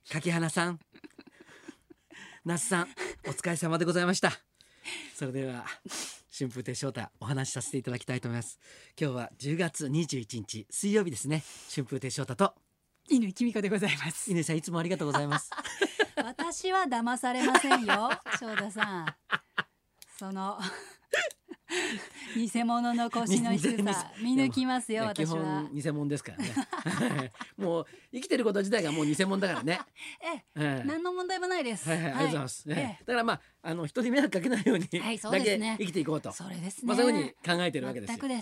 柿花さん、那須さん、お疲れ様でございました。それでは春風亭昇太お話しさせていただきたいと思います。今日は10月21日水曜日ですね。春風亭昇太と乾きみこでございます。 乾さん、いつもありがとうございます。 私は騙されませんよ、翔太さん。その偽物の腰の低さ見抜きますよ、私は。 基本偽物ですからね。もう生きてること自体がもう偽物だからね。 何の問題もないです。 ありがとうございます。だからまあ人に迷惑かけないようにだけ生きていこうと。 それですね。 そういうふうに考えてるわけですよ。 全くです。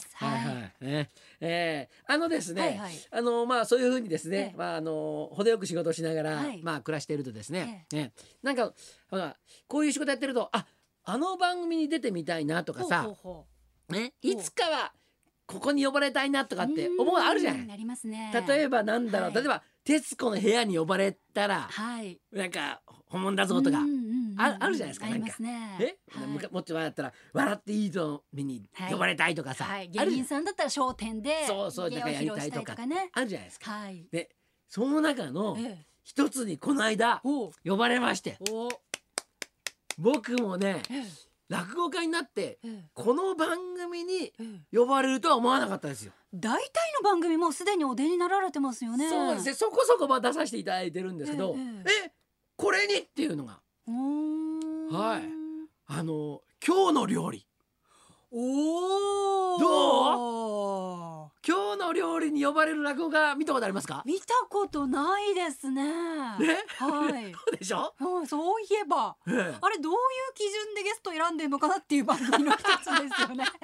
ですね、そういうふうにですね、程よく仕事をしながら暮らしているとですね、なんかほらこういう仕事やってると、あの番組に出てみたいなとかさ、いつかはここに呼ばれたいなとかって思うのあるじゃない。 ありますね。 例えばなんだろう、例えば徹子の部屋に呼ばれたら、なんか本物だぞとかあるじゃないですか。 ありますね。 もっと前だったら笑っていいと見に呼ばれたいとかさ、 芸人さんだったら笑点でだからやりたいとかあるじゃないですか。でその中の一つにこの間呼ばれまして、僕もね落語家になってこの番組に呼ばれるとは思わなかったですよ。 大体の番組もうすでにお出になられてますよね。 そうですね、そこそこ出させていただいてるんですけど、これにっていうのが今日の料理。どう？今日の料理に呼ばれる落語家見たことありますか？ 見たことないですね。 そうでしょ。 そういえば、あれどういう基準でゲスト選んでるのかなっていう番組の一つですよね。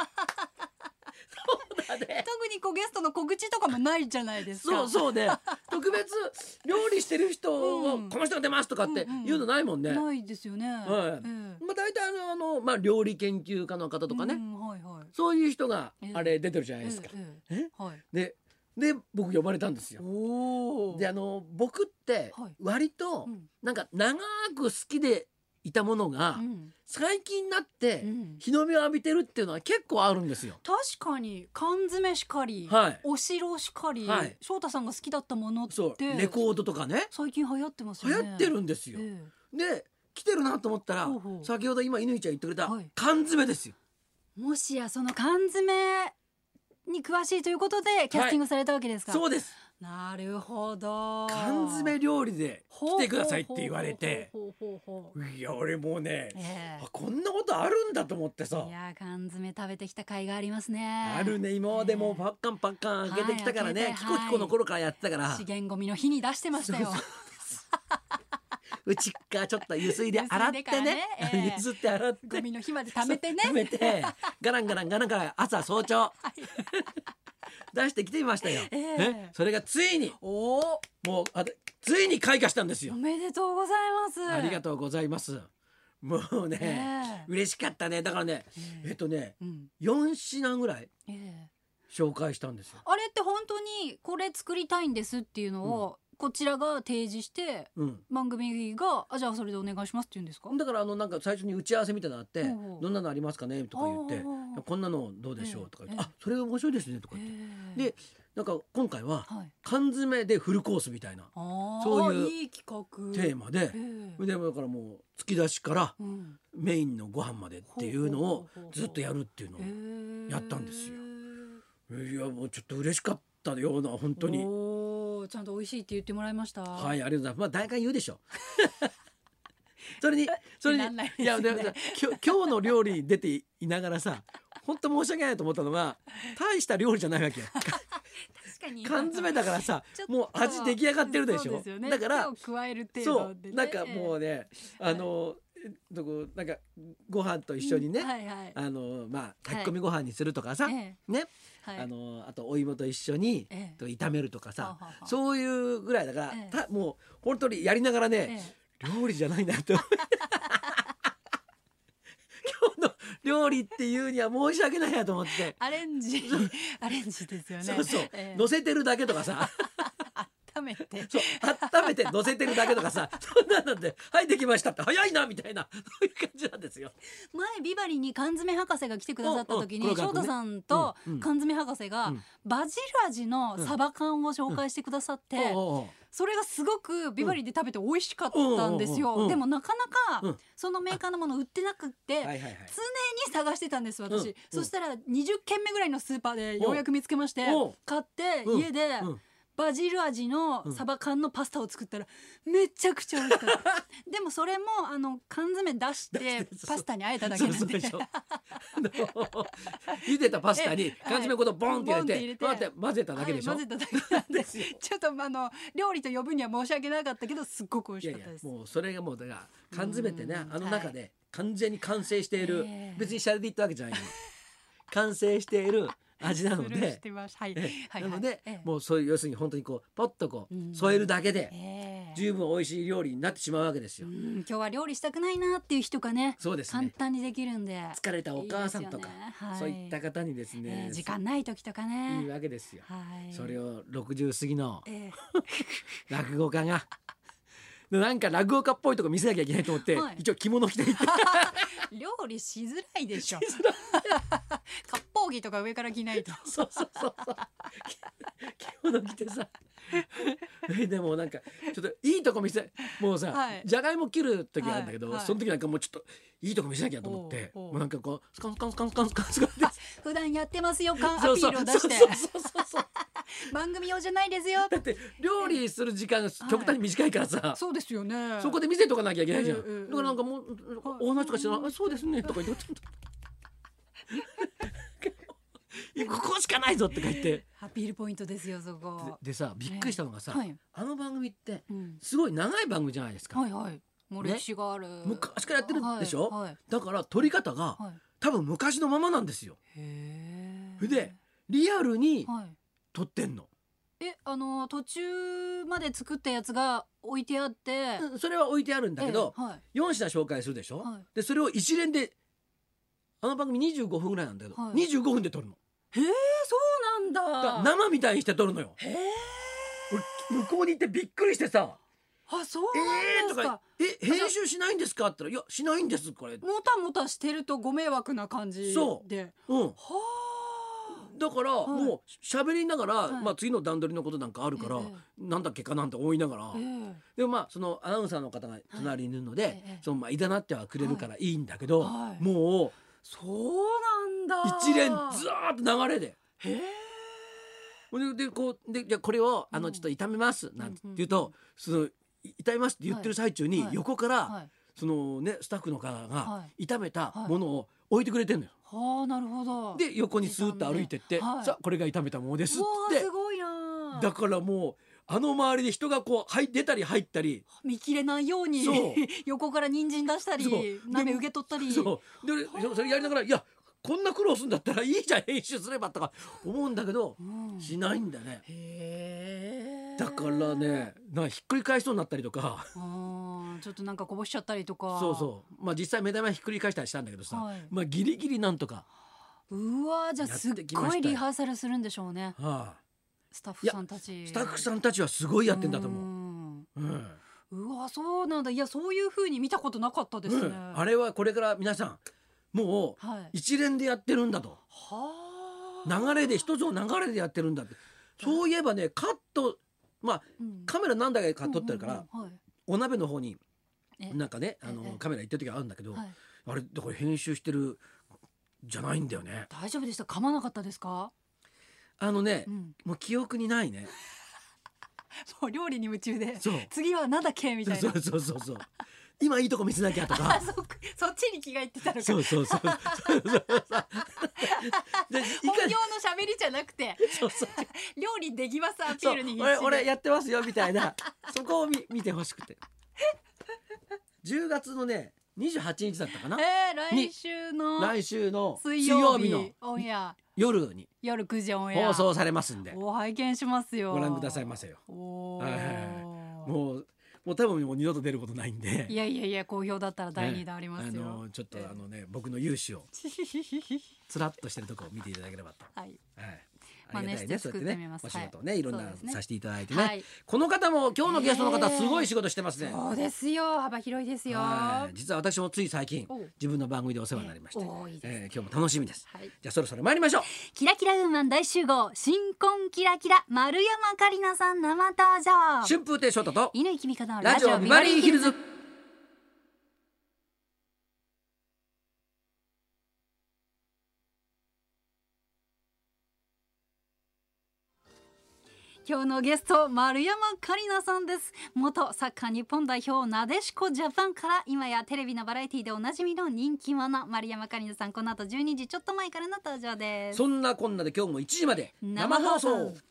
そうだね。 特にゲストの告知とかもないじゃないですか。 そうで特別料理してる人をこの人が出ますとかっていうのないもんね。 ないですよね。 大体料理研究家の方とかね、そういう人があれ出てるじゃないですか。で僕呼ばれたんですよ。で僕って割となんか長く好きでいたものが最近になって日の目を浴びてるっていうのは結構あるんですよ。 確かに缶詰しかり、お城しかり、翔太さんが好きだったものってレコードとかね、 最近流行ってますよね。 流行ってるんですよ。で来てるなと思ったら、先ほど今乾ちゃん言ってくれた缶詰ですよ。 もしやその缶詰に詳しいということでキャスティングされたわけですか？ そうです。 なるほど。 缶詰料理で来てくださいって言われて、いや俺もうね、こんなことあるんだと思ってさ。 いや缶詰食べてきた甲斐がありますね。 あるね。今までもパッカンパッカン開けてきたからね、キコキコの頃からやってたから。 資源ゴミの日に出してましたよ。 うちがちょっとゆすいで洗ってね、ゆすって洗ってゴミの日まで貯めてね、 貯めてガランガランガランガラン朝早朝出してきてみましたよ。それがついにもうついに開花したんですよ。 おめでとうございます。 ありがとうございます。もうね、嬉しかったね。だからね、4品ぐらい紹介したんですよ。 あれって本当にこれ作りたいんですっていうのをこちらが提示して、番組がじゃあそれでお願いしますって言うんですか？ だからなんか最初に打ち合わせみたいなのあって、どんなのありますかねとか言って、こんなのどうでしょうとか言って、それ面白いですねとか言って、でなんか今回は缶詰でフルコースみたいな、そういうテーマで、だからもう突き出しからメインのご飯までっていうのをずっとやるっていうのをやったんですよ。いやもうちょっと嬉しかったような、本当に。 ちゃんと美味しいって言ってもらいました。 はい、ありがとうございます。大体言うでしょ。それにいや今日の料理に出ていながらさ、本当申し訳ないと思ったのが、大した料理じゃないわけよ。確かに缶詰だからさ、もう味出来上がってるでしょ。だから加える程度でね、 なんかもうね、なんかご飯と一緒にね、炊き込みご飯にするとかさ、ね、あとお芋と一緒に炒めるとかさ、そういうぐらいだから、もう本当にやりながらね、料理じゃないなと。今日の料理っていうには申し訳ないなと思って、 アレンジですよね。 乗せてるだけとかさ、 温めて乗せてるだけとかさ、そんなのではいできましたって早いなみたいな、そういう感じなんですよ。 前ビバリに缶詰博士が来てくださった時に、翔太さんと缶詰博士がバジル味のサバ缶を紹介してくださって、 それがすごくビバリーで食べて美味しかったんですよ。でもなかなかそのメーカーのもの売ってなくって、常に探してたんです私。そしたら20軒目ぐらいのスーパーでようやく見つけまして、買って家でバジル味のサバ缶のパスタを作ったらめちゃくちゃ美味しかった。でもそれも缶詰出してパスタにあえただけなんで茹でたパスタに缶詰ごとボンって入れて混ぜただけでしょ。 混ぜただけなんでちょっと料理と呼ぶには申し訳なかったけどすっごく美味しかったです。 もうそれがもうだから缶詰ってね、中で完全に完成している、別にシャレで言ったわけじゃないの、完成している味なので、なのでもうそういう要するに本当にこうポッとこう添えるだけで十分美味しい料理になってしまうわけですよ。 今日は料理したくないなっていう人がね、 そうですね、 簡単にできるんで、 疲れたお母さんとかそういった方にですね、 時間ない時とかねいいわけですよ。それを60過ぎの落語家がなんか落語家っぽいとこ見せなきゃいけないと思って、一応着物着ていって料理しづらいでしょ。割烹着とか上から着ないと。 そう着物着てさでもなんかちょっといいとこ見せ、もうさ、じゃがいも切る時あるんだけど、その時なんかもうちょっといいとこ見せなきゃと思って、もうなんかこうスカンスカンスカンスカンスカンスカンって普段やってますよ感アピールを出して、番組用じゃないですよ。 だって料理する時間が極端に短いからさ、 そうですよね。 そこで見せとかなきゃいけないじゃん。だからなんかもうお話とかしてな、そうですねとか言ってここしかないぞって言ってアピールポイントですよそこでさ、びっくりしたのがさ、あの番組ってすごい長い番組じゃないですか。 もう歴史がある、 昔からやってるでしょ。だから撮り方が多分昔のままなんですよ。でリアルに撮ってんの。 途中まで作ったやつが置いてあって、 それは置いてあるんだけど、4品紹介するでしょ。でそれを一連で、あの番組25分ぐらいなんだけど、25分で撮るの。 そうなんだ。 生みたいにして撮るのよ。向こうに行ってびっくりしてさ、 そうなんですか。 編集しないんですかって言ったら、いやしないんですこれ。 もたもたしてるとご迷惑な感じで。 だからもう喋りながら、次の段取りのことなんかあるから、なんだっけかなんて思いながら、でもそのアナウンサーの方が隣にいるので、いざなってはくれるからいいんだけど、もうそうなんだ。 一連ずーっと流れで。でこうで、じゃこれをちょっと炒めますなんて言うと、その炒めますって言ってる最中に横からそのねスタッフの方が炒めたものを置いてくれてんのよ。 なるほど。 で横にスーッと歩いてって、さあこれが炒めたものですって。 すごいな。 だからもう周りで人がこう出たり入ったり見切れないように横から人参出したり鍋受け取ったり、 それやりながら、いやこんな苦労するんだったらいいじゃん編集すればとか思うんだけど、しないんだね。だからね、ひっくり返しそうになったりとかちょっとなんかこぼしちゃったりとか。 実際目玉ひっくり返したりしたんだけどさ、ギリギリなんとか。 じゃあすっごいリハーサルするんでしょうね、スタッフさんたち。 スタッフさんたちはすごいやってんだと思う。 そうなんだ。いやそういう風に見たことなかったですね。 あれはこれから皆さんもう一連でやってるんだと、流れで一つの流れでやってるんだって。そういえばね、カットカメラ何台か撮ってるから、お鍋の方になんかねカメラ行ってる時あるんだけど、あれだから編集してるじゃないんだよね。 大丈夫でした？噛まなかったですか？ もう記憶にないね。 もう料理に夢中で次はなんだっけみたいな。 そう今いいとこ見せなきゃとかそっちに気がいってたのか。 そう本業の喋りじゃなくて料理できますアピールに必死で俺やってますよみたいなそこを見てほしくて10月のね28日だったかな。来週の水曜日のオンエア夜 9時オンエア放送されますんで、 拝見しますよ。 ご覧くださいませよ。もう多分もう二度と出ることないんで。 いや好評だったら第2弾ありますよ。 ちょっと僕の勇姿をつらっとしてるとこを見ていただければと。 真似して作ってみます。 お仕事をねいろんなさせていただいてね、 はい、 この方も今日のゲストの方すごい仕事してますね。 そうですよ、幅広いですよ。 実は私もつい最近自分の番組でお世話になりまして、 今日も楽しみです、はい、じゃあそろそろ参りましょう。 キラキラウーマン大集合、新婚キラキラ丸山桂里奈さん生登場。 春風亭昇太と乾きみかのラジオビバリーヒルズ。 今日のゲスト丸山桂里奈さんです。元サッカー日本代表なでしこジャパンから今やテレビのバラエティでおなじみの人気者丸山桂里奈さん、この後12時ちょっと前からの登場です。 そんなこんなで今日も1時まで生放送。